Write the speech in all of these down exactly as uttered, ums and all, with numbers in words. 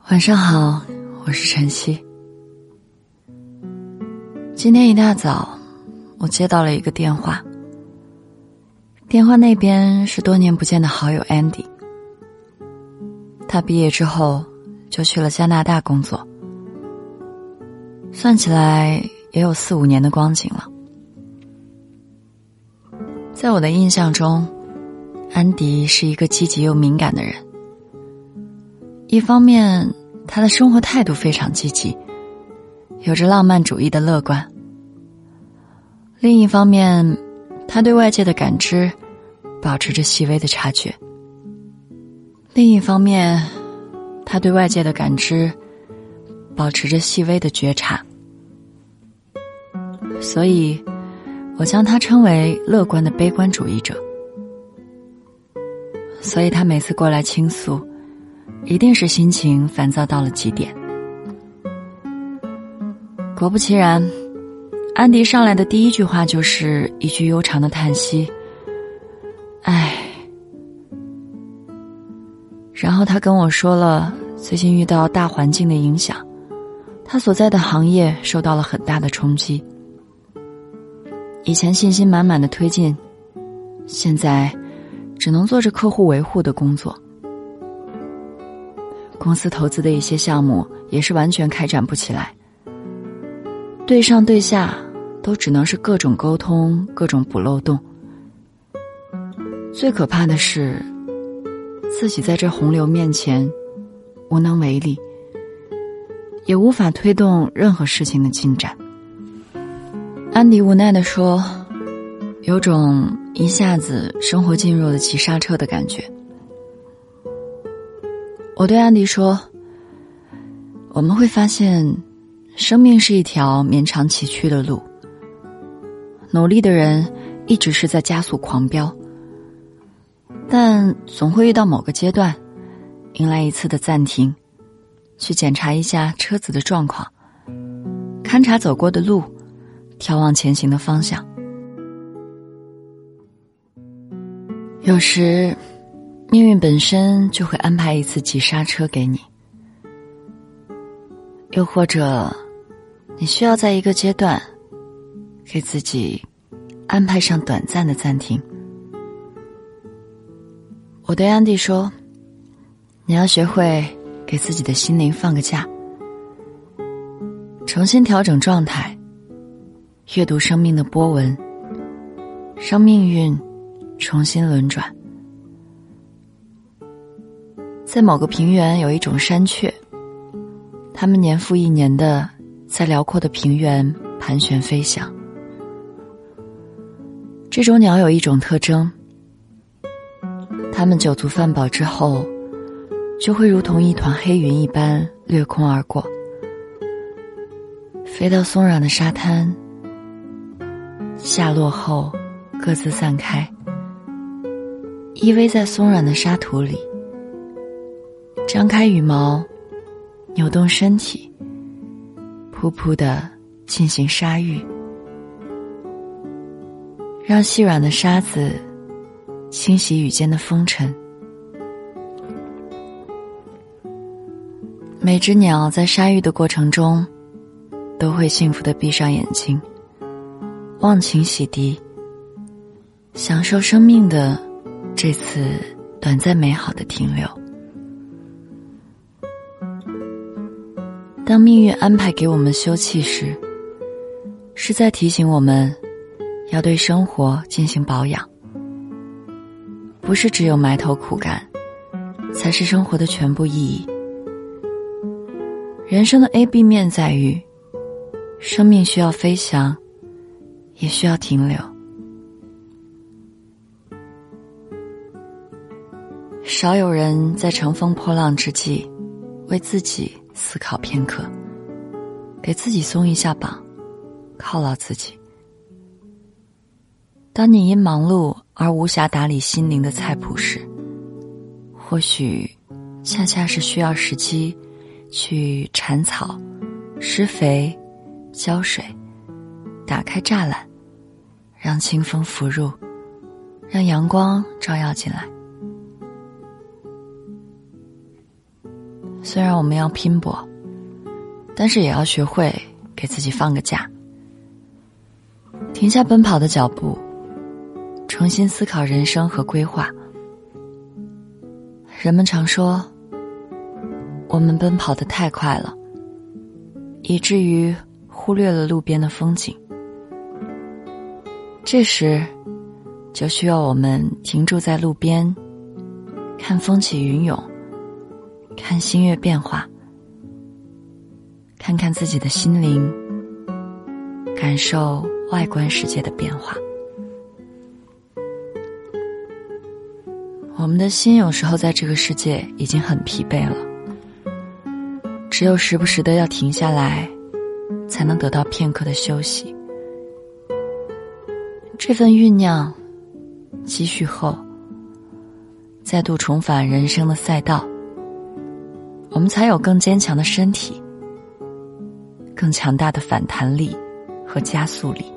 晚上好，我是晨曦。今天一大早，我接到了一个电话，电话那边是多年不见的好友 Andy。他毕业之后就去了加拿大工作，算起来也有四五年的光景了。在我的印象中，安迪是一个积极又敏感的人。一方面，他的生活态度非常积极，有着浪漫主义的乐观；另一方面，他对外界的感知保持着细微的察觉。另一方面，他对外界的感知保持着细微的觉察。所以，我将他称为乐观的悲观主义者。所以他每次过来倾诉，一定是心情烦躁到了极点。果不其然，安迪上来的第一句话就是一句悠长的叹息，唉。然后他跟我说了最近遇到大环境的影响，他所在的行业受到了很大的冲击。以前信心满满的推进，现在只能做着客户维护的工作。公司投资的一些项目也是完全开展不起来，对上对下都只能是各种沟通，各种补漏洞。最可怕的是，自己在这洪流面前无能为力，也无法推动任何事情的进展。安迪无奈地说，有种一下子生活进入了急刹车的感觉。我对安迪说，我们会发现生命是一条绵长崎岖的路，努力的人一直是在加速狂飙，但总会遇到某个阶段，迎来一次的暂停，去检查一下车子的状况，勘察走过的路，眺望前行的方向。有时命运本身就会安排一次急刹车给你，又或者你需要在一个阶段给自己安排上短暂的暂停。我对安迪说，你要学会给自己的心灵放个假，重新调整状态，阅读生命的波纹，让命运重新轮转。在某个平原有一种山雀，它们年复一年的在辽阔的平原盘旋飞翔。这种鸟有一种特征，它们酒足饭饱之后，就会如同一团黑云一般掠空而过，飞到松软的沙滩，下落后各自散开，依偎在松软的沙土里，张开羽毛，扭动身体，噗噗地进行沙浴，让细软的沙子清洗羽间的风尘。每只鸟在沙浴的过程中都会幸福地闭上眼睛，忘情洗涤，享受生命的这次短暂美好的停留。当命运安排给我们休憩时，是在提醒我们要对生活进行保养。不是只有埋头苦干才是生活的全部意义。人生的 A B 面在于，生命需要飞翔，也需要停留。少有人在乘风破浪之际为自己思考片刻，给自己松一下绑，犒劳自己。当你因忙碌而无暇打理心灵的菜谱时，或许恰恰是需要时机去铲草、施肥、浇水，打开栅栏，让清风拂入，让阳光照耀进来。 虽然我们要拼搏，但是也要学会给自己放个假，停下奔跑的脚步，重新思考人生和规划。人们常说，我们奔跑得太快了，以至于忽略了路边的风景。这时，就需要我们停住在路边，看风起云涌，看星月变化，看看自己的心灵，感受外观世界的变化。我们的心有时候在这个世界已经很疲惫了，只有时不时的要停下来，才能得到片刻的休息。这份酝酿积蓄后，再度重返人生的赛道，我们才有更坚强的身体，更强大的反弹力和加速力。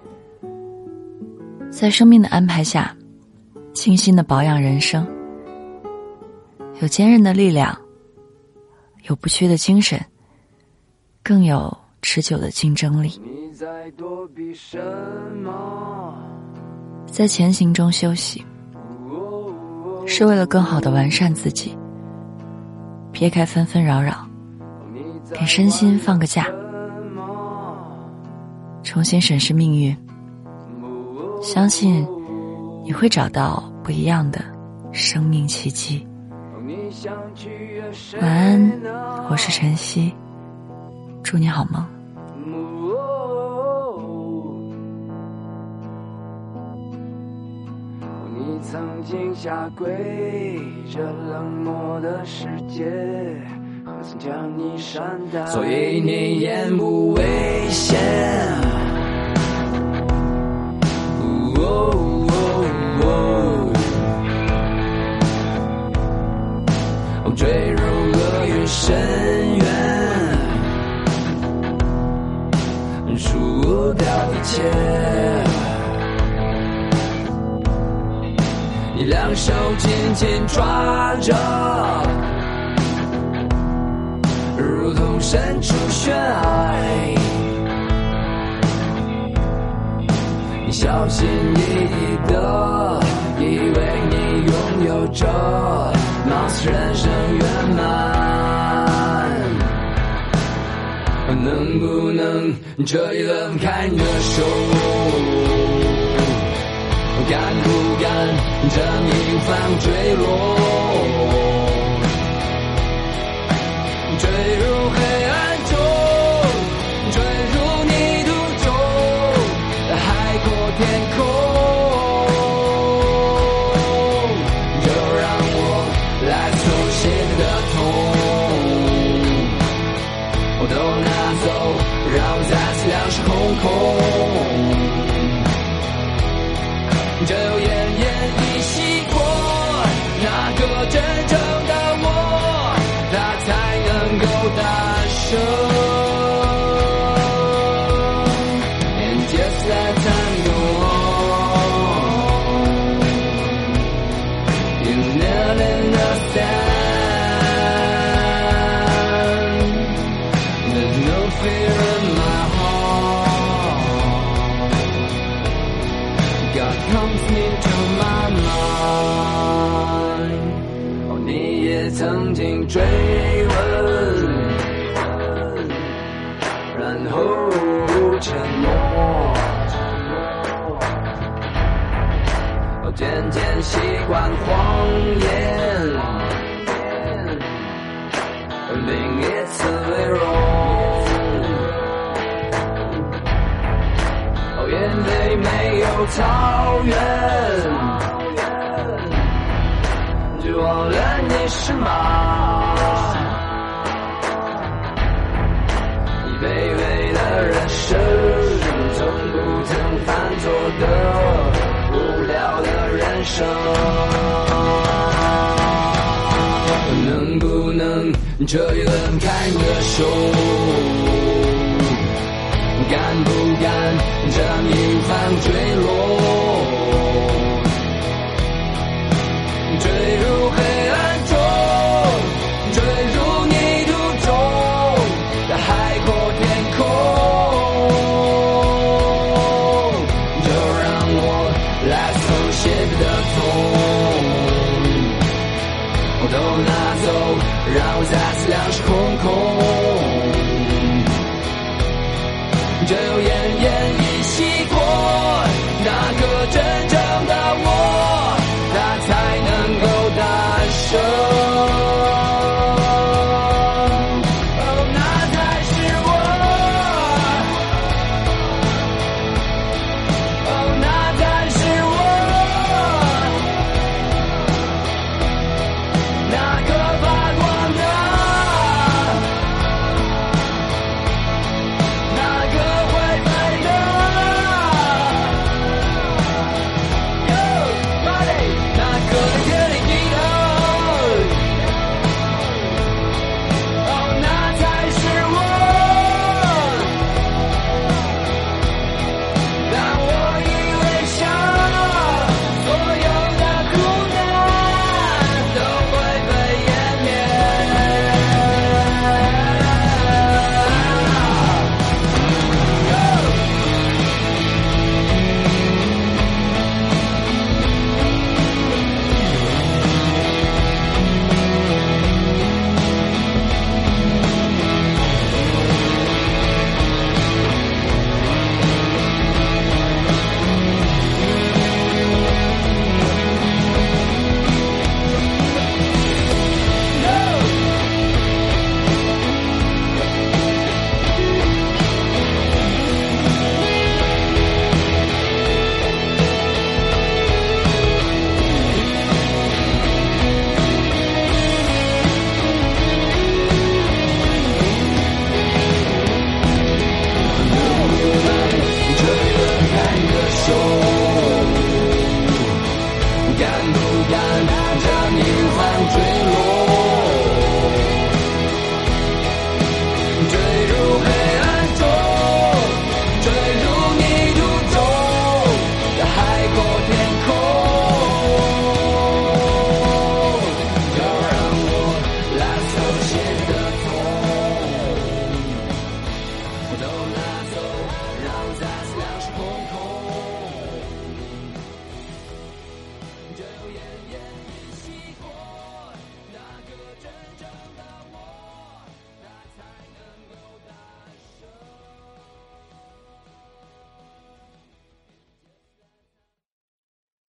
在生命的安排下，精心的保养人生，有坚韧的力量，有不屈的精神，更有持久的竞争力。 你在躲避什么？ 在前行中休息，是为了更好地完善自己，撇开纷纷扰扰，给身心放个假，重新审视命运，相信你会找到不一样的生命奇迹。晚安，我是晨曦，祝你好梦。 你曾经下跪，这冷漠的世界何曾将你善待，所以你言不危险。哦哦哦，坠入厄运深渊，输掉一切。你两手紧紧抓着，如同身处悬崖。你小心翼翼的，以为你拥有着貌似人生圆满，能不能这一轮开你的手？敢不敢这命方坠落，坠入黑暗中，坠入泥土中，海阔天空。就让我来从心的痛我都拿走，让我再次两手空空。只有奄奄一息过，那个真正的我，他才能够大声。And just let time go on, you never understand. There's no fear in my heart.God comes into my mind。 哦，你也曾经追问，然后沉默。哦，渐渐习惯谎言，另一次微弱。眼泪没有草原，就忘了你是马。你卑微的人生，从不曾犯错的无聊的人生，能不能这一轮开你的手？敢不敢这命方坠落，坠入黑暗中，坠入你后都拿走，让我再次两手空空。只有奄奄